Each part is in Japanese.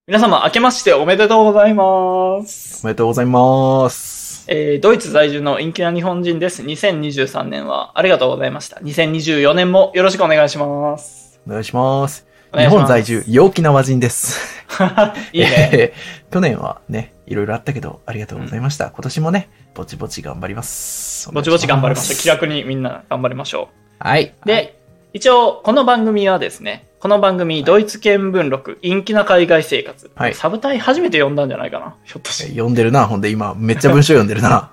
皆様、明けましておめでとうございます。 おめでとうございます。 ドイツ在住の陰気な日本人です。2023年はありがとうございました。2024年もよろしくお願いします。 お願いします。日本在住、陽気な和人です。 いいね。 去年はね、いろいろあったけど、ありがとうございました。今年もね、ぼちぼち頑張ります。 ぼちぼち頑張りましょう。気楽にみんな頑張りましょう。はい。 で、一応、この番組はですね、この番組、ドイツ見聞録、陰気な海外生活。はい。サブタイ初めて読んだんじゃないかな、ひょっとして。 読んでるな、ほんで今、めっちゃ文章読んでるな。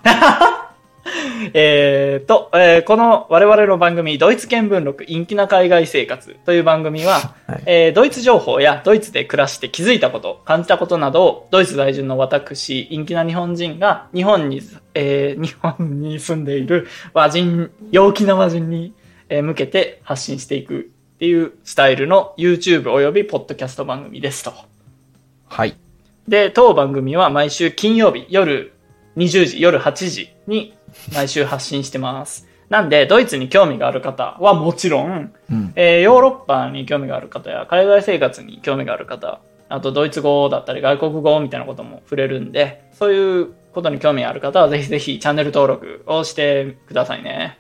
この我々の番組、ドイツ見聞録、陰気な海外生活という番組は、はい、ドイツ情報やドイツで暮らして気づいたこと、感じたことなどを、ドイツ在住の私、陰気な日本人が、日本に住んでいる和人、陽気な和人に向けて発信していくっていうスタイルの YouTube およびポッドキャスト番組ですと。 はい。 で、当番組は毎週金曜日夜20時、夜8時に毎週発信してます。なんで、ドイツに興味がある方はもちろん、ヨーロッパに興味がある方や海外生活に興味がある方、あとドイツ語だったり外国語みたいなことも触れるんで、そういうことに興味がある方はぜひぜひチャンネル登録をしてくださいね。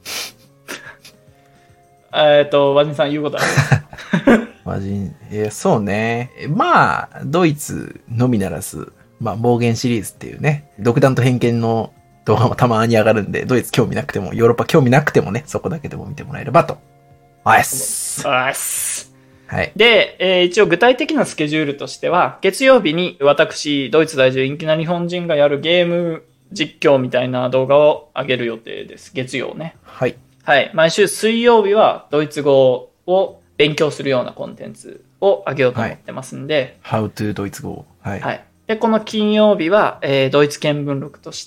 和人さん言うことある？ 和人、そうね。まあ、ドイツのみならず、まあ、暴言シリーズっていうね、独断と偏見の動画もたまに上がるんで、ドイツ興味なくても、ヨーロッパ興味なくてもね、そこだけでも見てもらえればと。はい。 で、一応具体的なスケジュールとしては、月曜日に私、ドイツ在住陰気な日本人がやるゲーム実況みたいな動画を上げる予定です。月曜ね。 はい。 はい。毎週水曜日はドイツ語を勉強するようなコンテンツを上げようと思ってますんで。 はい、How to ドイツ語。はい。 はい。で、この金曜日は、ドイツ見聞録として、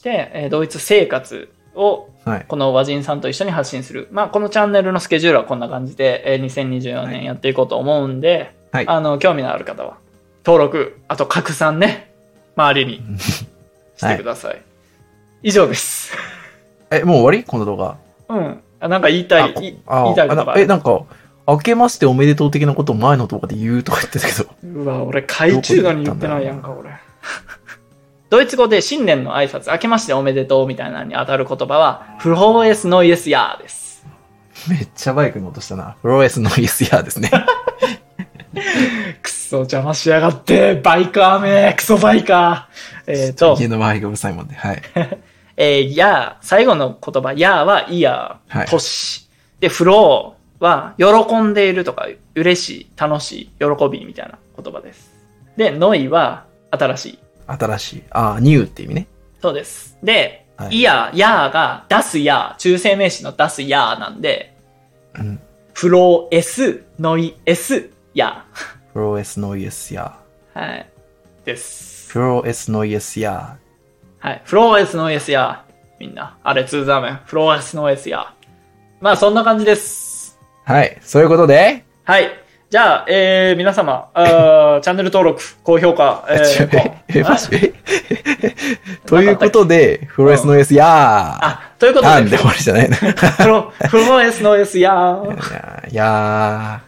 ドイツ生活を、この和人さんと一緒に発信する。まあ、このチャンネルのスケジュールはこんな感じで、2024年やっていこうと思うんで、はい、興味のある方は、登録、あと拡散ね、周りにしてください。はい、以上です。 もう終わり？この動画。 うん。なんか言いたいことがある。 なんか、明けましておめでとう的なことを前の動画で言うとか言ってたけど。 うわ、俺、海中度に言ってないやんか、俺。ドイツ語で新年の挨拶、明けましておめでとうみたいなのに当たる言葉は、フローエスノイエスヤーです。 めっちゃバイクの音したな。フローエスノイエスヤーですね。 くそ、邪魔しやがって、バイカーめ、クソバイカー。家の周りがうるさいもんで、はい。 やー、最後の言葉、やーはイヤー、年。で、フローは喜んでいるとか、嬉しい、楽しい、喜びみたいな言葉です。で、ノイは新しい。 新しい。ニューって意味ね。 そうです。で、イヤー、ヤーが出すヤー、中性名詞の出すヤーなんで、フローエス、ノイエス、ヤー。 フローエス、ノイエス、ヤー。はい。です。 フローエス、ノイエス、ヤー。 はい。フローエスノイエスや。みんな。あれ、ツーザーメン。フローエスノイエスや。まあ、そんな感じです。 はい。そういうことで。 はい。じゃあ、皆様、チャンネル登録、高評価、 マジということで、フローエスノイエスやということで。 なんで終わりじゃないの？ フローエスノイエスやや